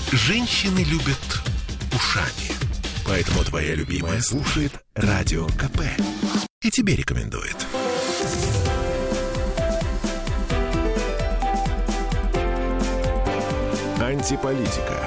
Женщины любят ушами. Поэтому твоя любимая слушает Радио КП. И тебе рекомендует. Антиполитика.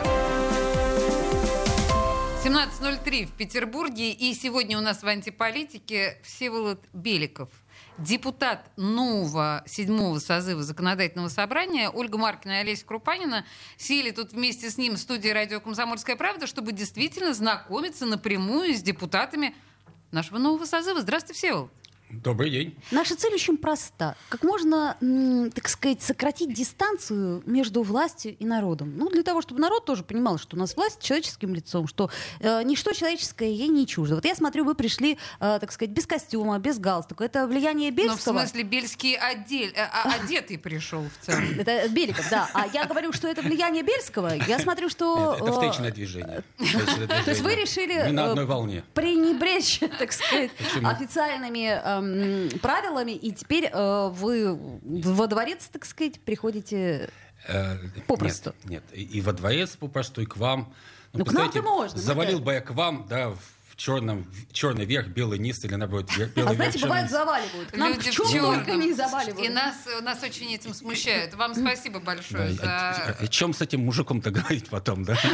17:03 в Петербурге. И сегодня у нас в антиполитике Всеволод Беликов, депутат нового 7-го созыва Законодательного собрания. Ольга Маркина и Олеся Крупанина сели тут вместе с ним в студии радио «Комсомольская правда», чтобы действительно знакомиться напрямую с депутатами нашего нового созыва. Здравствуйте, Всеволод. Добрый день. Наша цель очень проста. Как можно, так сказать, сократить дистанцию между властью и народом? Ну, для того, чтобы народ тоже понимал, что у нас власть с человеческим лицом, что ничто человеческое ей не чуждо. Вот я смотрю, вы пришли, так сказать, без костюма, без галстука. Это влияние Бельского? Ну, в смысле, Бельский одетый пришел в целом. Это Беликов, да. А я говорю, что это влияние Бельского. Я смотрю, что... Это встречное движение. То есть вы решили... Мы на одной волне. Пренебречь, так сказать, официальными правилами, и теперь вы во дворец, так сказать, приходите попросту. Нет, и во дворец попросту, и к вам. Ну, к нам-то можно. Завалил бы я к вам, да, в черный верх, белый низ, или наоборот, белый верх. А знаете, бывает, заваливают. К нам Люди в чем только не заваливают. И нас очень этим смущает. Вам спасибо большое за... О чем с этим мужиком-то говорить потом, да?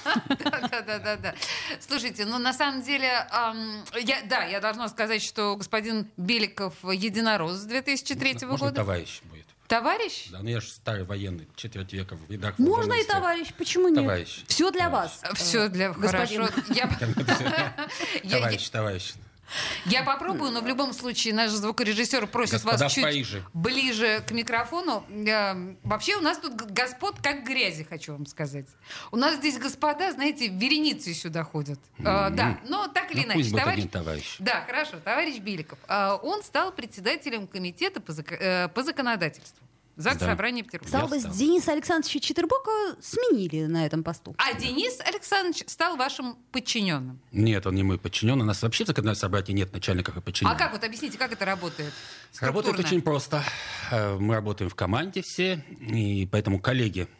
Да. Слушайте, ну на самом деле, я должна сказать, что господин Беликов единорос с 2003 года. Можно товарищ будет. Товарищ? Да, ну я же старый военный, четверть века в рядах. Можно и товарищ, почему нет? Товарищ. Все для вас. Все для... господин. Хорошо. Товарищ. Я попробую, но в любом случае наш звукорежиссер просит вас чуть ближе к микрофону. Вообще у нас тут господ как грязи, хочу вам сказать. У нас здесь господа, знаете, вереницей сюда ходят. Да, но так или иначе. Товарищ. Да, хорошо, товарищ Беликов. Он стал председателем комитета по законодательству. ЗАГС Собрания Петербурга. Стало быть, Дениса Александровича Четербока сменили на этом посту. А Денис Александрович стал вашим подчиненным? Нет, он не мой подчиненный. У нас вообще в Законодательном собрании нет начальников и подчиненных. А как? Вот объясните, как это работает? Работает очень просто. Мы работаем в команде все, и поэтому коллеги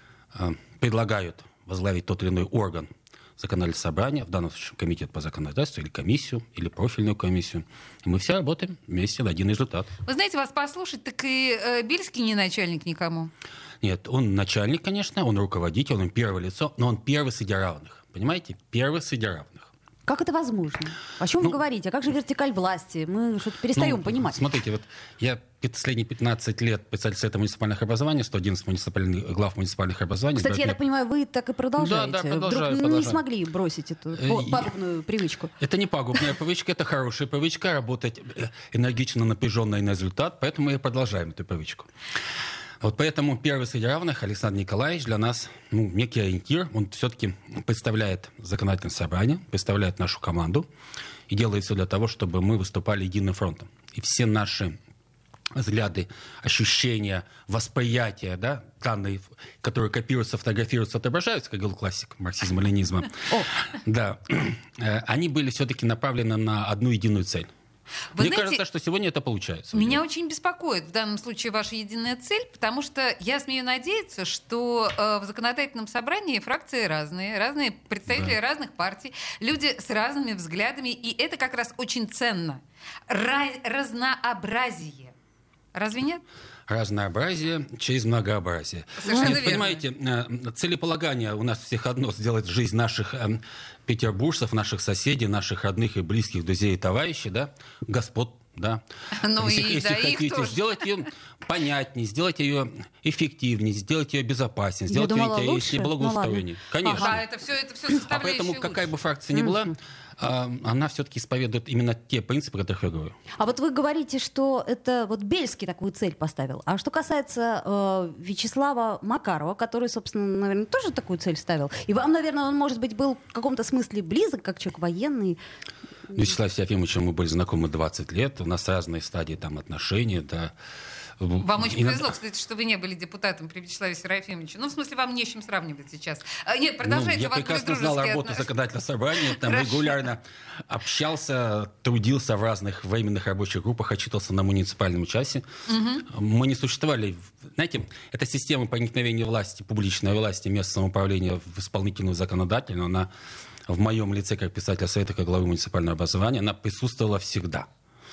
предлагают возглавить тот или иной орган Законодательного собрания, в данном случае комитет по законодательству, или комиссию, или профильную комиссию. И мы все работаем вместе на один результат. Вы знаете, вас послушать, так и Бельский не начальник никому. Нет, он начальник, конечно, он руководитель, он первое лицо, но он первый среди равных. Понимаете? Первый среди равных. Как это возможно? О чем вы говорите? А как же вертикаль власти? Мы что-то перестаем понимать. Смотрите, вот я последние 15 лет председатель Совета муниципальных образований, 111 глав муниципальных образований. Кстати, я так понимаю, вы так и продолжаете. Да, продолжаю. Вдруг не смогли бросить эту пагубную привычку? Это не пагубная привычка, это хорошая привычка, работать энергично, напряженно и на результат, поэтому мы продолжаем эту привычку. Вот поэтому первый среди равных Александр Николаевич для нас некий ориентир. Он все-таки представляет законодательное собрание, представляет нашу команду и делает все для того, чтобы мы выступали единым фронтом. И все наши взгляды, ощущения, восприятия, да, данные, которые копируются, фотографируются, отображаются, как говорил классик марксизма-ленинизма, да, они были все-таки направлены на одну единую цель. Мне кажется, что сегодня это получается. Меня очень беспокоит в данном случае ваша единая цель, потому что я смею надеяться, что в законодательном собрании фракции разные представители разных партий, люди с разными взглядами, и это как раз очень ценно. Разнообразие. Разве нет? Разнообразие через многообразие. Совершенно верно. Понимаете, целеполагание у нас всех одно — сделать жизнь наших петербуржцев, наших соседей, наших родных и близких, друзей и товарищей, да, господ, да. Ну если хотите, сделать ее понятнее, сделать ее эффективнее, сделать ее безопаснее, сделать ее благоустроеннее. Конечно. Да, это все составляющие. А поэтому, какая бы фракция ни была, она все-таки исповедует именно те принципы, о которых я говорю. А вот вы говорите, что это вот Бельский такую цель поставил. А что касается Вячеслава Макарова, который, собственно, наверное, тоже такую цель ставил. И вам, наверное, он, может быть, был в каком-то смысле близок, как человек военный. Вячеславом Серафимовичем мы были знакомы 20 лет. У нас разные стадии там отношений, да. Вам очень повезло, кстати, что вы не были депутатом при Вячеславе Серафимовиче. Ну, в смысле, вам не с чем сравнивать сейчас. Нет, продолжайте. Я прекрасно знал работу законодательного собрания, там регулярно общался, трудился в разных временных рабочих группах, отчитывался на муниципальном часе. Мы не существовали... Знаете, эта система проникновения власти, публичной власти, местного самоуправления в исполнительную законодательную, она в моем лице, как писателя Совета, как главы муниципального образования, она присутствовала всегда.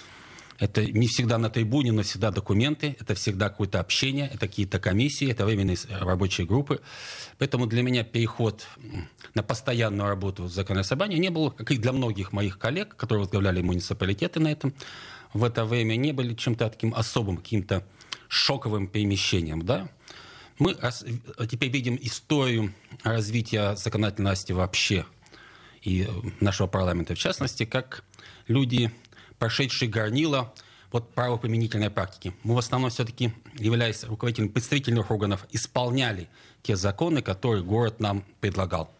Это не всегда на трибуне, но всегда документы, это всегда какое-то общение, это какие-то комиссии, это временные рабочие группы. Поэтому для меня переход на постоянную работу в законодательном собрании не был, как и для многих моих коллег, которые возглавляли муниципалитеты на этом, в это время не были чем-то таким особым, каким-то шоковым перемещением. Да? Мы теперь видим историю развития законодательной власти вообще и нашего парламента в частности, как люди, прошедшие горнило правоприменительной практики. Мы в основном все-таки, являясь руководителями представительных органов, исполняли те законы, которые город нам предлагал.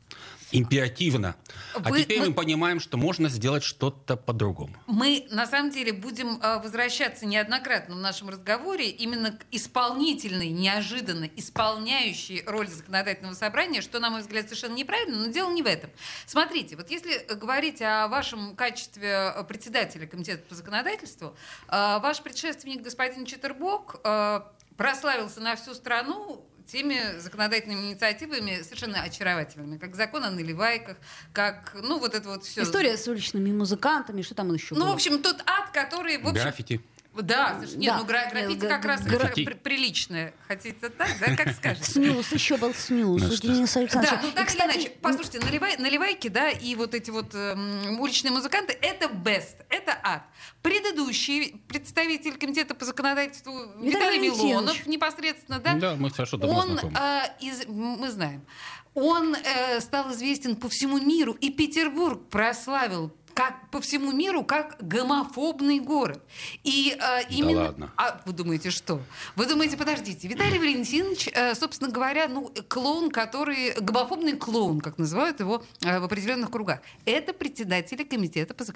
Императивно. Теперь мы понимаем, что можно сделать что-то по-другому. Мы, на самом деле, будем возвращаться неоднократно в нашем разговоре именно к исполнительной, неожиданно исполняющей роль законодательного собрания, что, на мой взгляд, совершенно неправильно, но дело не в этом. Смотрите, вот если говорить о вашем качестве председателя комитета по законодательству, ваш предшественник, господин Четербок, прославился на всю страну теми законодательными инициативами совершенно очаровательными, как закон о наливайках, как, вот это вот все. История с уличными музыкантами, что там еще было? В общем, тот ад, который, в общем... Граффити. Да, граффити как раз приличное. Хотите так, да, как скажете? Снюс, еще был снюс у Дениса Александровича. Да, так или иначе, послушайте, наливайки, да, и вот эти вот уличные музыканты, это best, это ад. Предыдущий представитель комитета по законодательству Виталий Милонов, непосредственно, да? Да, мы хорошо давно знакомы. Мы знаем. Он стал известен по всему миру, и Петербург прославил по всему миру как гомофобный город. И именно... Да ладно. Вы думаете, что? Вы думаете, подождите, Виталий Валентинович, собственно говоря, клоун, гомофобный клоун, как называют его в определенных кругах. Это председатель комитета по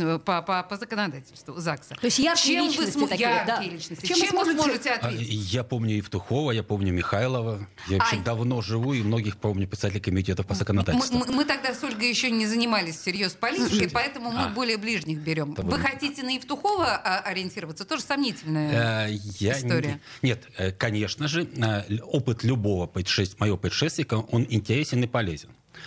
законодательству ЗАГСа. То есть яркие личности такие, да. Личности. Чем вы сможете ответить? Я помню Евтухова, я помню Михайлова. Я вообще давно живу, и многих помню председателей комитета по законодательству. Мы тогда с Ольгой еще не занимались всерьез политикой, поэтому мы более ближних берем. Вы хотите на Евтухова ориентироваться? Тоже сомнительная история. Нет, конечно же, опыт любого моего предшественника, он интересен и полезен.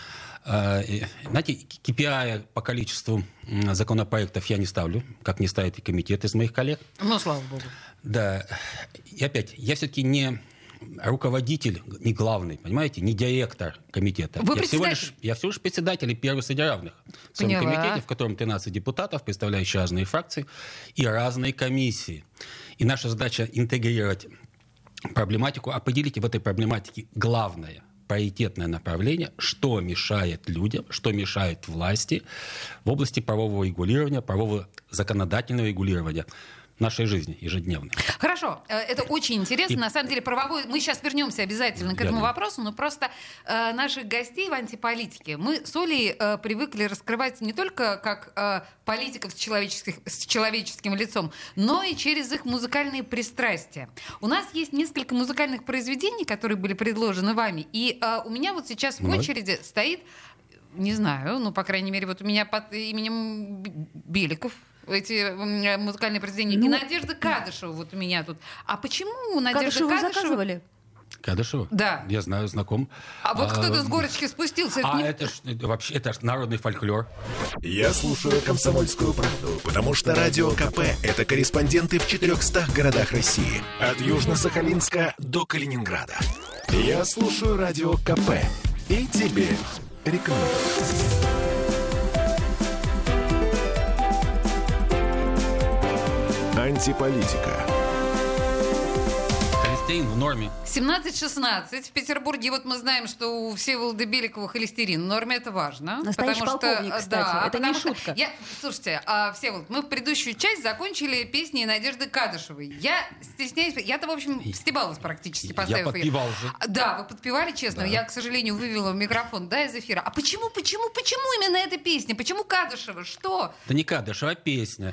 Знаете, KPI по количеству законопроектов я не ставлю, как не ставит и комитет из моих коллег. Слава богу. Да. И опять, я все-таки не руководитель, не главный, понимаете, не директор комитета. Я всего лишь председатель и первый среди равных. В своем комитете, в котором 13 депутатов, представляющих разные фракции и разные комиссии. И наша задача интегрировать проблематику, определить в этой проблематике главное, приоритетное направление, что мешает людям, что мешает власти в области правового регулирования, правового законодательного регулирования нашей жизни ежедневной. Хорошо, это очень интересно. На самом деле, мы сейчас вернемся обязательно к этому вопросу, но просто наших гостей в антиполитике мы с Олей привыкли раскрывать не только как политиков с человеческим лицом, но и через их музыкальные пристрастия. У нас есть несколько музыкальных произведений, которые были предложены вами, и у меня вот сейчас в очереди стоит, не знаю, по крайней мере, вот у меня под именем Беликов эти музыкальные произведения. И Надежда Кадышева вот у меня тут. А почему Надежда Кадышева... заказывали? Кадышева? Да. Я знаю, знаком. А вот кто-то с горочки спустился. Это ж народный фольклор. Я слушаю «Комсомольскую правду», потому что Радио КП — это корреспонденты в 400 городах России. От Южно-Сахалинска до Калининграда. Я слушаю Радио КП и тебе рекомендую. Антиполитика. Холестерин в норме. 17-16 в Петербурге. Вот мы знаем, что у Всеволода Беликова холестерин в норме, это важно. Настоящий полковник, кстати. Это не шутка. Слушайте, Всеволод, мы предыдущую часть закончили песней Надежды Кадышевой. Я стесняюсь. Я-то, в общем, стебалась практически, поставив ее. Я подпевал же. Да, вы подпевали, честно. Да. Я, к сожалению, вывела в микрофон, из эфира. А почему именно эта песня? Почему Кадышева? Что? Да не Кадышева, а песня.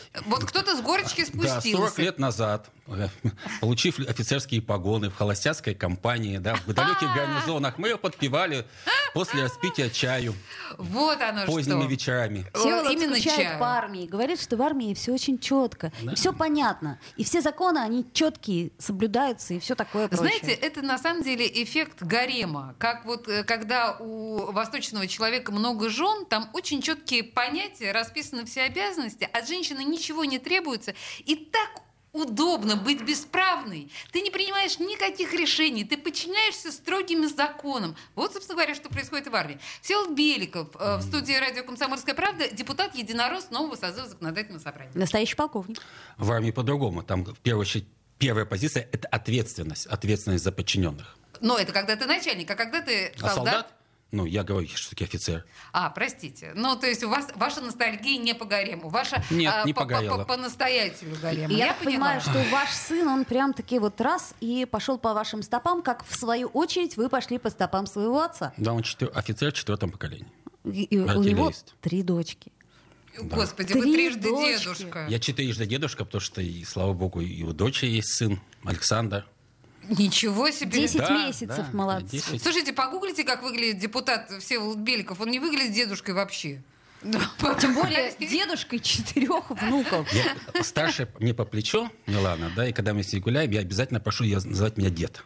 Вот кто-то с горочки Да, спустился. 40 лет назад, получив офицерские погоны в холостяцкой компании, да, в далеких гарнизонах, мы подпевали после распития чаю Вот оно поздними что. вечерами. Всеволод Именно скучает чаю. по армии, говорит, что в армии все очень четко, и все понятно, и все законы, они четкие, соблюдаются, и все такое прочее. Знаете, это на самом деле эффект гарема. Как вот когда у восточного человека много жен, там очень четкие понятия, расписаны все обязанности, от женщины ничего не требуется. И так удобно быть бесправной. Ты не принимаешь никаких решений, ты подчиняешься строгим законам. Вот, собственно говоря, что происходит и в армии. Всеволод Беликов в студии радио «Комсомольская правда», депутат-единорос нового созыва законодательного собрания. Настоящий полковник. В армии по-другому. Там, в первую очередь, первая позиция — это ответственность. Ответственность за подчиненных. Но это когда ты начальник, а когда ты А солдат? Ну, я говорю, что таки офицер. Простите. Ну, то есть у вас ваша ностальгия не по гарему, ваша Нет, не погорела. по настоятелю гарема. И я поняла. понимаю, что ваш сын, он прям таки вот раз и пошел по вашим стопам, как в свою очередь вы пошли по стопам своего отца. Да, он офицер 4-м поколения. И у него Артиллерист. 3 дочки. Господи, Да. вы 3 трижды дочки. дедушка. Я 4-жды дедушка, потому что, и, слава богу, и у дочери есть сын Александр. Ничего себе. 10 Да, месяцев, да, молодцы. 10. Слушайте, погуглите, как выглядит депутат Всеволод Беликов. Он не выглядит дедушкой вообще. Тем более дедушкой 4 внуков. Я, старшая мне по плечу, Милана, да, и когда мы с ней гуляем, я обязательно прошу ее называть меня дед.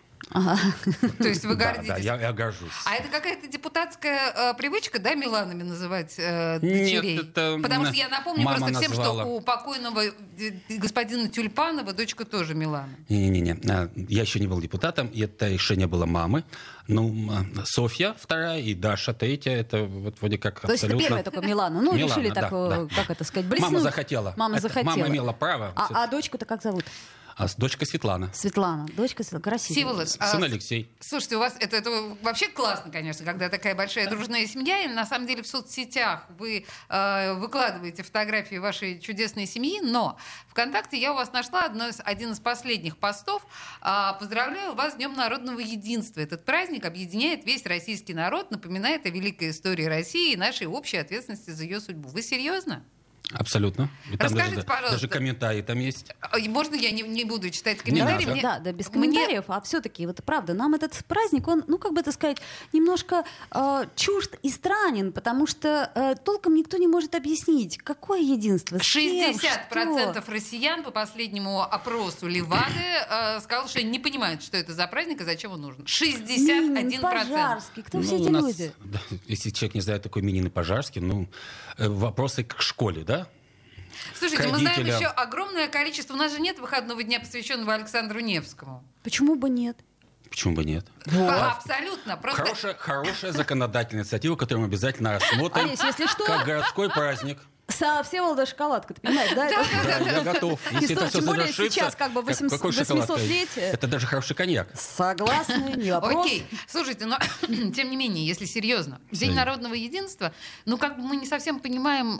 То есть вы Да, гордитесь. да, я горжусь. А это какая-то депутатская привычка, да, Миланами называть дочерей? Нет, это Потому что я напомню мама просто всем, назвала. что у покойного господина Тюльпанова дочка тоже Милана. Не-не-не, я еще не был депутатом, и это решение было мамы. Ну, Софья вторая и Даша третья, это вот вроде как То есть это абсолютно... первая только Милана. Ну, Милана, решили да, так, да. как это сказать, блеснуть. Мама захотела. Мама Это захотела. Мама имела право. А дочку-то как зовут? А дочка Светлана. Светлана. Дочка Светлана. Красивая. Всеволод, Сын Алексей. Слушайте, у вас это вообще классно, конечно, когда такая большая дружная семья, и на самом деле в соцсетях вы выкладываете фотографии вашей чудесной семьи, но ВКонтакте я у вас нашла один из последних постов. Поздравляю вас с Днем народного единства. Этот праздник объединяет весь российский народ, напоминает о великой истории России и нашей общей ответственности за ее судьбу. Вы серьезно? Абсолютно. И там Расскажите, пожалуйста. даже комментарии там есть. Можно я не буду читать Не комментарии? надо. Да, без комментариев, а все-таки, вот правда, нам этот праздник, он, ну, как бы это сказать, немножко чужд и странен, потому что толком никто не может объяснить, какое единство, с кем, 60% что. россиян по последнему опросу Левады сказал, что не понимают, что это за праздник и зачем он нужен. 61%. Минин, Пожарский, кто все Ну, эти у нас, люди? да, если человек не знает такой Минин и Пожарский, ну, вопросы к школе, да? Слушайте, мы знаем родителям. еще огромное количество. У нас же нет выходного дня, посвященного Александру Невскому. Почему бы нет? Почему бы нет? Абсолютно. Просто Хорошая законодательная инициатива, которую мы обязательно рассмотрим Олесь, если что, как городской праздник. со Всеволода шоколадка, ты понимаешь, да? Да, я готов. Если это все Тем более завершится... сейчас как бы какой шоколад? 800-летие. Это даже хороший коньяк. Согласны, не вопрос. окей. Слушайте, но тем не менее, если серьезно, День Серьезно. народного единства, ну как бы мы не совсем понимаем,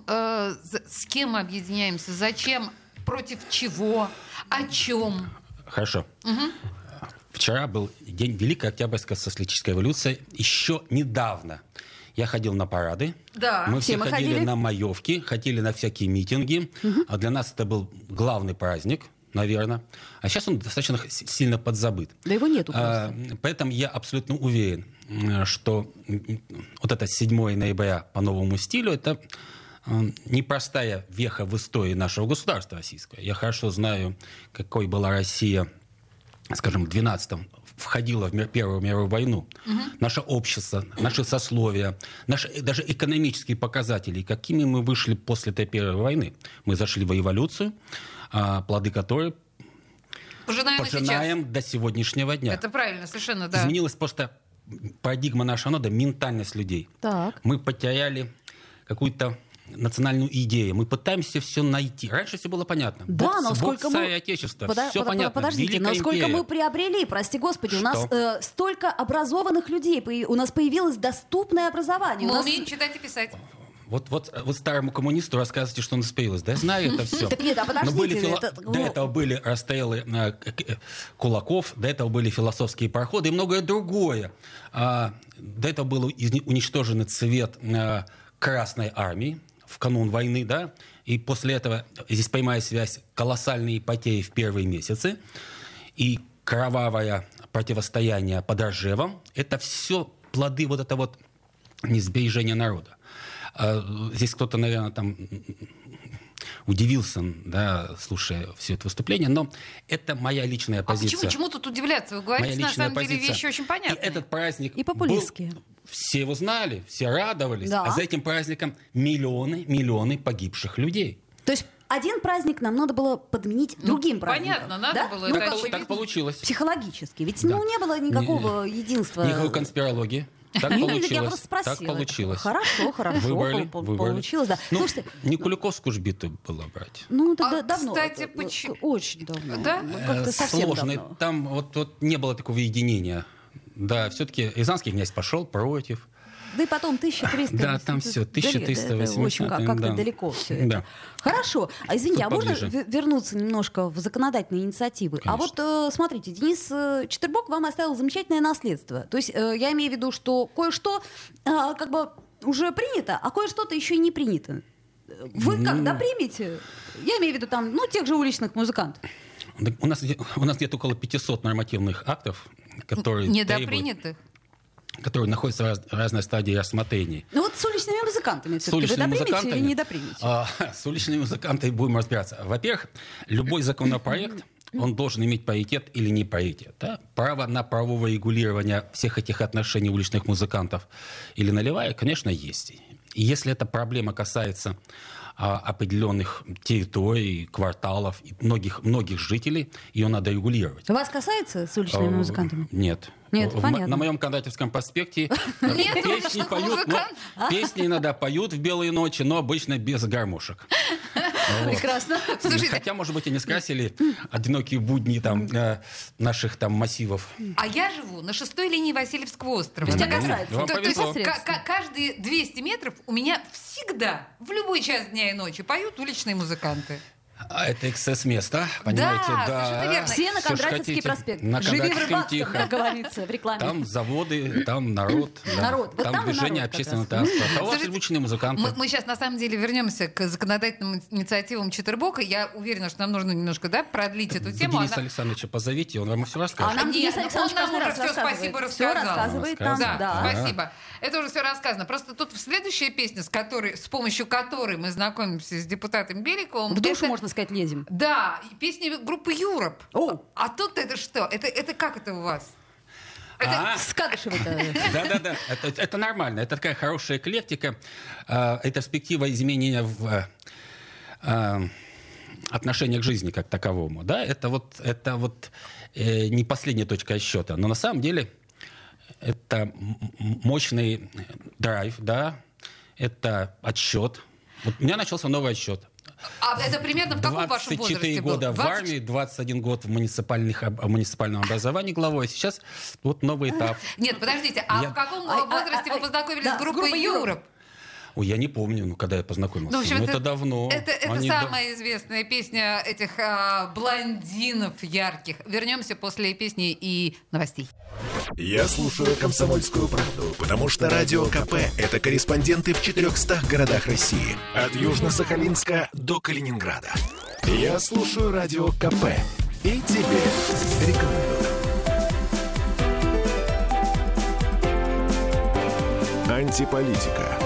с кем мы объединяемся, зачем, против чего, о чем. Хорошо. Вчера был день Великой Октябрьской социалистической революции. Еще недавно я ходил на парады. Да. Мы Все все мы ходили ходили. на маевки, ходили на всякие митинги. А для нас это был главный праздник, наверное. А сейчас он достаточно сильно подзабыт. Да его нету просто. Поэтому я абсолютно уверен, что вот это 7 ноября по новому стилю, это непростая веха в истории нашего государства российского. Я хорошо знаю, какой была Россия, скажем, в 12-м, входила в Первую мировую войну. Наше общество, наши сословия, наши даже экономические показатели, какими мы вышли после этой Первой войны. Мы зашли в эволюцию, плоды которой Пожинаем пожинаем до сегодняшнего дня. Это правильно, совершенно, да. Изменилась просто парадигма нашего народа, ментальность людей. Так. Мы потеряли какую-то национальную идею. Мы пытаемся все найти. Раньше все было понятно. Да, Бог, но Бог, сколько царь и мы... отечество. Все понятно. Подождите, Великая но сколько империя. мы приобрели, прости господи, у нас Что? столько образованных людей, у нас появилось доступное образование. У Мы нас- умеем читать и писать. Вот старому коммунисту рассказываете, что у нас появилось. Да я знаю это все. Так нет, а подождите, это- До этого были расстрелы кулаков, до этого были философские пароходы и многое другое. До этого был уничтожен цвет Красной армии в канун войны, да, и после этого здесь прямая связь, колоссальные потери в первые месяцы и кровавое противостояние под Ржевом, это все плоды вот этого вот несбережения народа. Здесь кто-то, наверное, там удивился, да, слушая все это выступление, но это моя личная позиция. Чему тут удивляться? Вы говорите, на самом деле, вещи очень понятные. И этот праздник и популистские. Все его знали, все радовались, да. А за этим праздником миллионы погибших людей. То есть один праздник нам надо было подменить другим праздником. Понятно, надо было. Так получилось. Психологически. Ведь не было никакого единства. Никакой конспирологии. Так получилось. Я просто спросила. Так получилось. Хорошо. Выбрали. Получилось, да. Ну, слушайте, не Куликовскую ж биту было брать. ну, тогда давно. Кстати, почему? Очень давно. Да? Как-то совсем Сложно. давно. Там вот не было такого единения. Да, все-таки Рязанский князь пошел против. Да и потом 1300. Да, там все, 1380. Очень как-то да. далеко все это. Да. Хорошо. А извините, Тут а можно поближе. вернуться немножко в законодательные инициативы? Конечно. А вот смотрите, Денис Четербок вам оставил замечательное наследство. То есть я имею в виду, что кое-что как бы уже принято, а кое-что-то еще и не принято. Вы когда примете? Я имею в виду там, тех же уличных музыкантов. У нас где-то около 500 нормативных актов, которые Недопринятых? которые находятся в разной стадии рассмотрений. Ну вот с уличными музыкантами все-таки вы допримете или не допримете? С уличными музыкантами будем разбираться. Во-первых, любой законопроект, он должен иметь паритет или не паритет. Да? Право на правовое регулирование всех этих отношений уличных музыкантов или наливая, конечно, есть. И если эта проблема касается определенных территорий, кварталов, и многих жителей, ее надо регулировать. Вас касается с уличными музыкантами? Нет. Нет, понятно. На моем Кондратьевском проспекте песни поют, песни иногда поют в белые ночи, но обычно без гармошек. Прекрасно. Хотя, может быть, и не скрасили одинокие будни там, наших там массивов. А я живу на 6-й линии Васильевского острова. Тебя касается. Вам То есть повезло. каждые 200 метров у меня всегда, в любой час дня и ночи, поют уличные музыканты. А это эксцесс места, понимаете? совершенно верно. Все на Всё ж Кондратьевский хотите. проспект. На Живи в Кондратьевском Рыбацком, тихо. как говорится в рекламе. Там заводы, там народ. Да. Народ. Вот Там там и движение народ как общественного раз. транспорта. А у вас Слушайте, уличные музыканты. Мы сейчас, на самом деле, вернемся к законодательным инициативам Четербока. Я уверена, что нам нужно немножко продлить эту тему. Дениса Александровича позовите, он вам все расскажет. нам Денис Нет, Александрович он нам каждый уже раз все рассказывает. спасибо Всё рассказал. рассказывает нам, Рассказывает. Да, да. спасибо. Это уже все рассказано. Просто тут следующая песня, с помощью которой мы знакомимся с депутатом Беликовым. В душу, это- можно сказать, лезем. Да, и песня группы Юроп. О. А тут это что? Это как это у вас? С Кадышевой-то. Да. Это нормально. Это такая хорошая эклектика. Это перспектива изменения в отношениях к жизни как таковому. Да? Это вот не последняя точка отсчета. Но на самом деле это мощный драйв, да? Это отсчет. Вот у меня начался новый отсчет. А это примерно в каком вашем возрасте 24 был? года в 20? армии, 21 год в муниципальном образовании главой. Сейчас вот новый этап. Нет, подождите, а Я- в каком возрасте вы познакомились с группой Юроп? Ой, я не помню, когда я познакомился. Ну, в общем, это давно. Это Они самая известная песня этих блондинов ярких. Вернемся после песни и новостей. Я слушаю «Комсомольскую правду», потому что Радио КП – это корреспонденты в 400 городах России. От Южно-Сахалинска до Калининграда. Я слушаю Радио КП и тебе рекомендую. Антиполитика.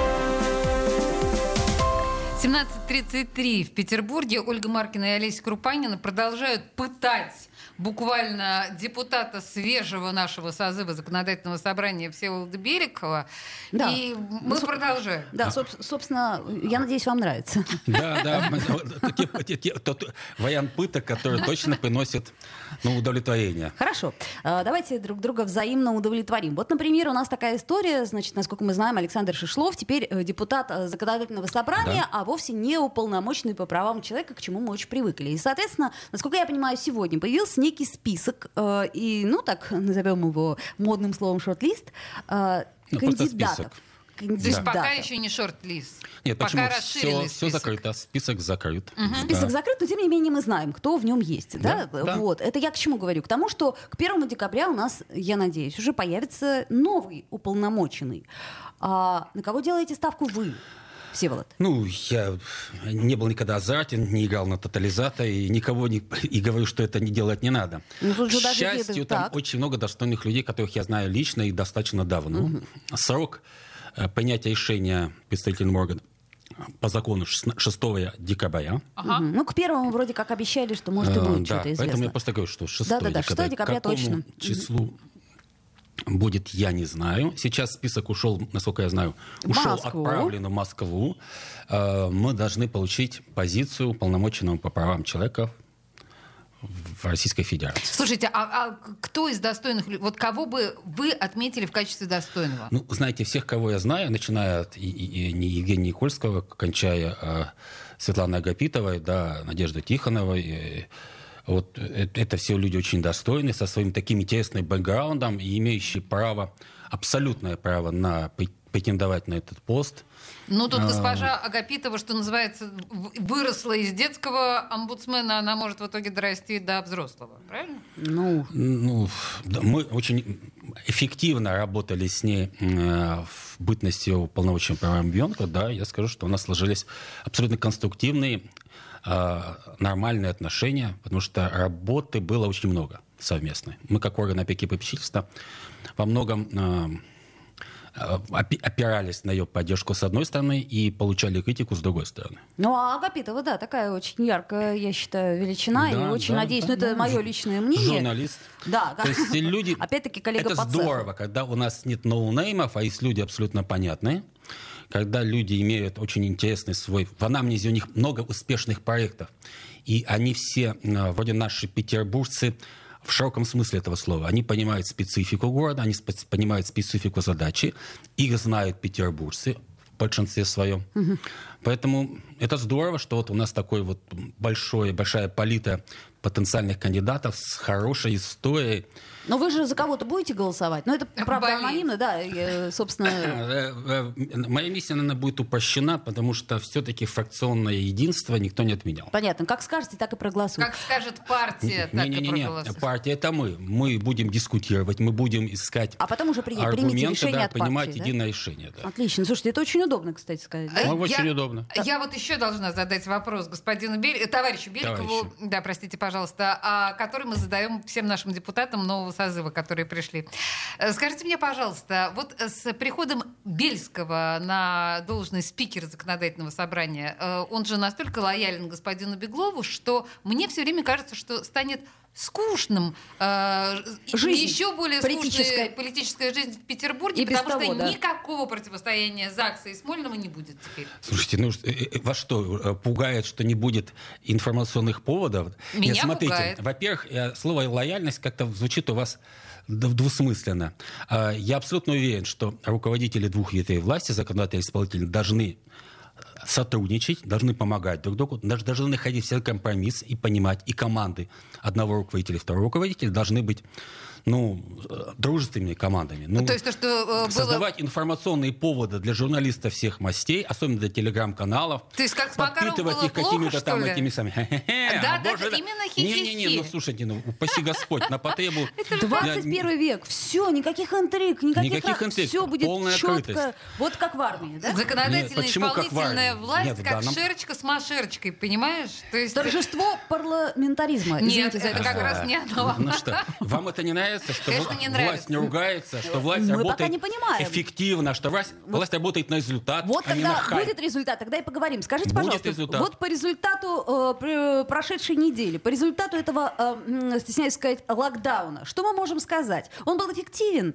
17:33 в Петербурге. Ольга Маркина и Олеся Крупанина продолжают пытать буквально депутата свежего нашего созыва законодательного собрания Всеволода Беликова. Да. И мы продолжаем. Да, собственно, я надеюсь, вам нравится. Да. Тот вариант пыток, который точно приносит удовлетворение. Хорошо. Давайте друг друга взаимно удовлетворим. Вот, например, у нас такая история, значит, насколько мы знаем, Александр Шишлов теперь депутат законодательного собрания, Да. а вовсе не уполномоченный по правам человека, к чему мы очень привыкли. И, соответственно, насколько я понимаю, сегодня появился некий список, и, так назовем его модным словом шорт-лист, просто кандидатов. список. То есть пока еще не шорт-лист. Нет, пока почему? расширенный Все список. закрыто, список закрыт. Список закрыт, но тем не менее мы знаем, кто в нем есть. Да? Да. Вот. Это я к чему говорю? К тому, что к 1 декабря у нас, я надеюсь, уже появится новый уполномоченный. На кого делаете ставку вы? Всеволод? Ну, я не был никогда азартен, не играл на тотализаторе, и никого не... И говорю, что это не делать не надо. Ну, тут же К даже счастью, там так. очень много достойных людей, которых я знаю лично и достаточно давно. Срок принятия решения представительным органам по закону 6 декабря. Ага. Ну, к первому вроде как обещали, что, может, и будет Да, что-то известно. поэтому я просто говорю, что 6 Да-да-да, декабря. 6 декабря К какому точно. числу будет, я не знаю. Сейчас список ушел, насколько я знаю, отправлен в Москву. Мы должны получить позицию уполномоченного по правам человека в Российской Федерации. Слушайте, а кто из достойных людей, вот кого бы вы отметили в качестве достойного? Ну, знаете, всех, кого я знаю, начиная от Евгения Никольского, кончая Светланой Агапитовой, да, Надежды Тихоновой, вот это все люди очень достойные, со своим таким интересным бэкграундом и имеющие право, абсолютное право претендовать на этот пост. Ну, тут госпожа Агапитова, что называется, выросла из детского омбудсмена, она может в итоге дорасти до взрослого, правильно? Ну, да, мы очень эффективно работали с ней в бытности уполномоченного по правам ребенка. Да, я скажу, что у нас сложились абсолютно конструктивные, нормальные отношения, потому что работы было очень много совместной. Мы, как орган опеки и попечительства, во многом опирались на ее поддержку с одной стороны и получали критику с другой стороны. Ну, а Агапитова, да, такая очень яркая, я считаю, величина. Да, и очень да, надеюсь, да, это мое личное мнение. Журналист. Да, То есть люди... Опять-таки, коллега Это по цеху. здорово, когда у нас нет ноунеймов, а есть люди абсолютно понятные. Когда люди имеют очень интересный свой... В анамнезе у них много успешных проектов. И они все, вроде наши петербуржцы, в широком смысле этого слова. Они понимают специфику города, они понимают специфику задачи. Их знают петербуржцы в большинстве своем. Поэтому это здорово, что вот у нас такой вот большая палитра потенциальных кандидатов с хорошей историей. Но вы же за кого-то будете голосовать? Ну, это, правда, Болит. анонимно, да, собственно... Моя миссия, наверное, будет упрощена, потому что все-таки фракционное единство никто не отменял. Понятно. Как скажете, так и проголосуйте. Как скажет партия, так и Не-не-не, проголосует. партия это мы. Мы будем дискутировать, мы будем искать А потом уже примите аргументы, решение да, от партии, принимать да? единое решение. Да. Отлично. Слушайте, это очень удобно, кстати сказать. Да? Очень удобно. Я вот еще должна задать вопрос господину товарищу Беликову, да, простите, пожалуйста, который мы задаем всем нашим депутатам нового созыва, которые пришли. Скажите мне, пожалуйста, вот с приходом Бельского на должность спикера законодательного собрания, он же настолько лоялен господину Беглову, что мне все время кажется, что станет скучным, Жизнь. еще более скучной политическая жизнь в Петербурге, И без потому того, что да. никакого противостояния ЗАГСа и Смольного не будет теперь. Слушайте, ну вас что, пугает, что не будет информационных поводов? Меня Нет, смотрите, пугает. во-первых, слово «лояльность» как-то звучит у вас двусмысленно. Я абсолютно уверен, что руководители двух ветвей власти, законодательные и исполнительные, должны сотрудничать, должны помогать друг другу, должны находить все компромисс и понимать, и команды одного руководителя и второго руководителя должны быть, дружественными командами. То есть то, что создавать информационные поводы для журналистов всех мастей, особенно для телеграм-каналов. То есть как с Макаровым подпитывать было их какими-то плохо, там что ли? этими самыми. Да, именно хихихи. Не, слушайте, упаси Господь, на потребу... 21 век. Все, никаких интриг, Никаких интриг, все будет полная четко. открытость. Вот как в армии, да? Законодательная Нет, почему как в исполнительная армии? власть, Нет, как да, нам- шерочка с машерочкой, понимаешь? То есть... Торжество парламентаризма. Нет, Извините за это это как слово. раз не оно. Ну что, вам это не нравится, что Конечно, не власть нравится. не ругается, что власть Мы пока работает не понимаем. эффективно, что власть работает на результат, Вот а не на когда хайп. будет результат, тогда и поговорим. Скажите, Будет пожалуйста, результат. вот по результату прошедшей недели, по результату этого, стесняюсь сказать, локдауна, что мы можем сказать? Он был эффективен?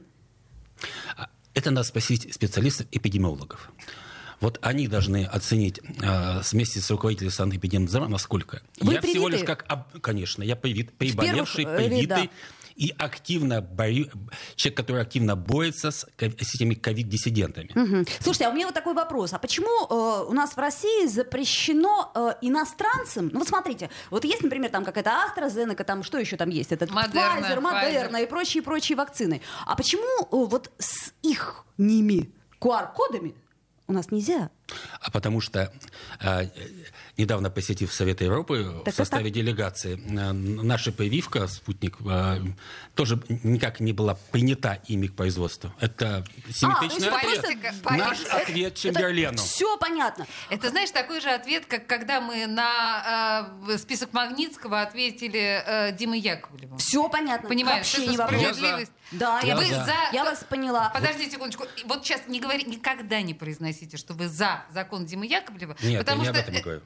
Это надо спросить специалистов-эпидемиологов. Вот они должны оценить вместе с руководителем санэпидемнадзора, насколько. Вы Я всего привитый? лишь приболевший, привитый и человек, который активно борется с этими ковид-диссидентами. Мгм. Слушайте, а у меня вот такой вопрос. А почему у нас в России запрещено иностранцам... Ну вот смотрите, вот есть, например, там какая-то AstraZeneca, там что еще там есть? Это Модерна, Pfizer, Moderna и прочие вакцины. А почему вот с их QR-кодами у нас нельзя? А потому что недавно посетив Совет Европы в составе делегации, наша прививка «Спутник» тоже никак не была принята ими к производству. Это симметричный ответ. Наш ответ Чемберлену. Все понятно. Это, знаешь, такой же ответ, как когда мы на список Магнитского ответили Димы Яковлеву. Все понятно. Понимаешь, вообще это не вопрос. справедливость. Да, я вас поняла. Подождите секундочку. Вот сейчас никогда не произносите, что вы за закон Димы Яковлева. Нет, потому я что... не об этом говорю.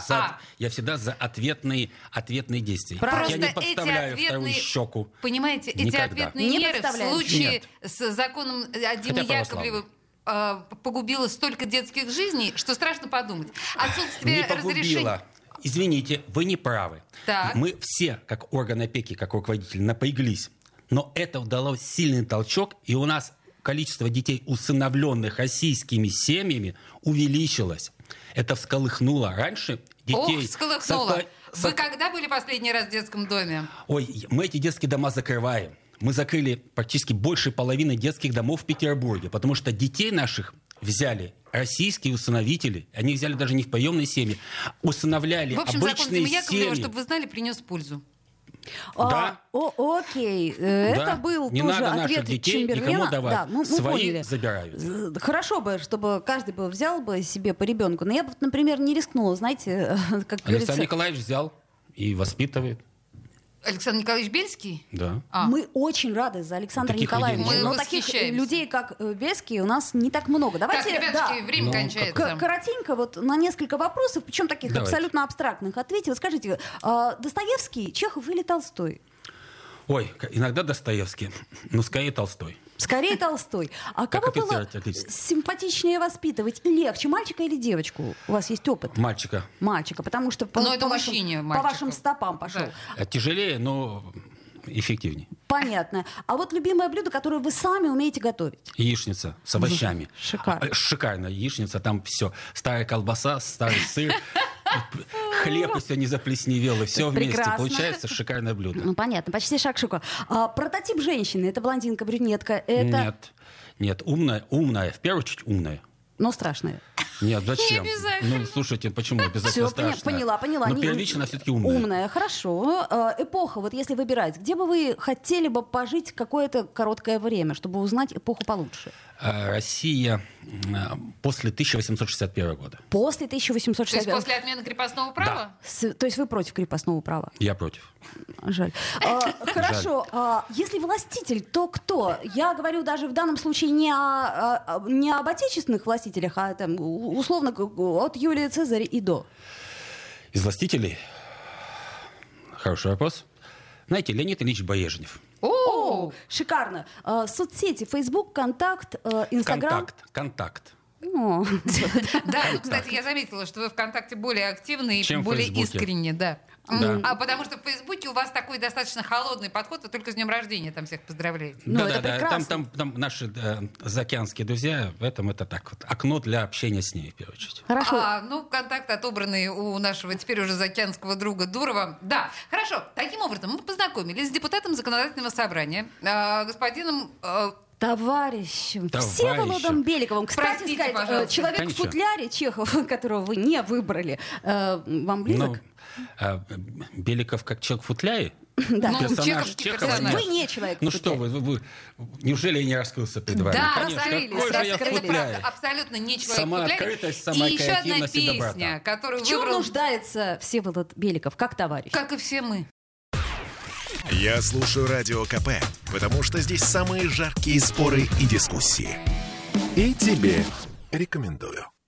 Я всегда за ответные действия. Просто я не подставляю вторую щеку. Понимаете, эти ответные меры в случае с законом Димы Яковлева погубило столько детских жизней, что страшно подумать. Отсутствие разрешения... Извините, вы не правы. Так. Мы все, как орган опеки, как руководители, напряглись. Но это дало сильный толчок, и у нас количество детей, усыновленных российскими семьями, увеличилось. Это всколыхнуло. Раньше детей... Ох, всколыхнуло. Вы когда были последний раз в детском доме? Ой, мы эти детские дома закрываем. Мы закрыли практически больше половины детских домов в Петербурге, потому что детей наших взяли российские усыновители, они взяли даже не в приемные семьи, усыновляли обычные семьи. В общем, закон Димы Яковлева, чтобы вы знали, принес пользу. Да. Окей. Это был не тоже надо ответ наших детей Чемберлена. никому давать. Да, мы свои поняли. Забирают. Хорошо бы, чтобы каждый бы взял бы себе по ребенку. Но я бы, например, не рискнула, знаете, как говорится... Александр Николаевич взял и воспитывает. Александр Николаевич Бельский? Да. Мы очень рады за Александра Николаевича. Но таких людей, как Бельский, у нас не так много. Давайте, так, ребятки, время кончается. Коротенько, вот на несколько вопросов, причем таких абсолютно абстрактных, ответьте. Вот скажите, Достоевский, Чехов или Толстой? Ой, иногда Достоевский, но скорее Толстой. Скорее Толстой. А кого было симпатичнее воспитывать и легче, мальчика или девочку? У вас есть опыт? Мальчика. Мальчика, потому что по вашим стопам пошел. Да. Тяжелее, но эффективнее. Понятно. А вот любимое блюдо, которое вы сами умеете готовить? Яичница с овощами. Шикарно. Шикарная яичница, там все. Старая колбаса, старый сыр. Хлеб, и все не заплесневело, все вместе. Получается шикарное блюдо. Ну, понятно, почти шаг к шагу. Прототип женщины, это блондинка, брюнетка, это... Нет, умная, в первую очередь умная. Но страшная. Нет, зачем? Ну, слушайте, почему обязательно страшная? Поняла. Но первично все-таки умная. Умная, хорошо. Эпоха, вот если выбирать, где бы вы хотели бы пожить какое-то короткое время, чтобы узнать эпоху получше? Россия после 1861 года. После 1861 года. То есть после отмены крепостного права? Да. То есть вы против крепостного права? Я против. Жаль. Хорошо. Если властитель, то кто? Я говорю даже в данном случае не об отечественных властителях, а там, условно от Юлия Цезаря и до. Из властителей? Хороший вопрос. Знаете, Леонид Ильич Брежнев. О, шикарно. Соцсети, Facebook, Контакт, Инстаграм. Контакт. Да, кстати, я заметила, что вы ВКонтакте более активны и более искренне, да. А потому что в Фейсбуке у вас такой достаточно холодный подход, вы только с днем рождения там всех поздравляете. Да. Там наши заокеанские друзья, в этом это так вот окно для общения с ними, в первую очередь. Хорошо. Контакт отобранный у нашего теперь уже заокеанского друга Дурова. Да, хорошо. Таким образом, мы познакомились с депутатом Законодательного собрания, господином... Товарищем Всеволодом Беликовым. Кстати сказать, человек в футляре Чехов, которого вы не выбрали, вам близок? Беликов как человек в футляре? Да. Персонаж Чехова. Вы не человек в футляре. Ну что вы, неужели я не раскрылся перед вами? Да, раскрылись. Абсолютно не человек сама в футляре. Открытость, сама и еще одна креативность и песня, доброта. которую в чем выбрал... нуждается Всеволод Беликов, как товарищ? Как и все мы. Я слушаю Радио КП, потому что здесь самые жаркие споры и дискуссии. И тебе рекомендую.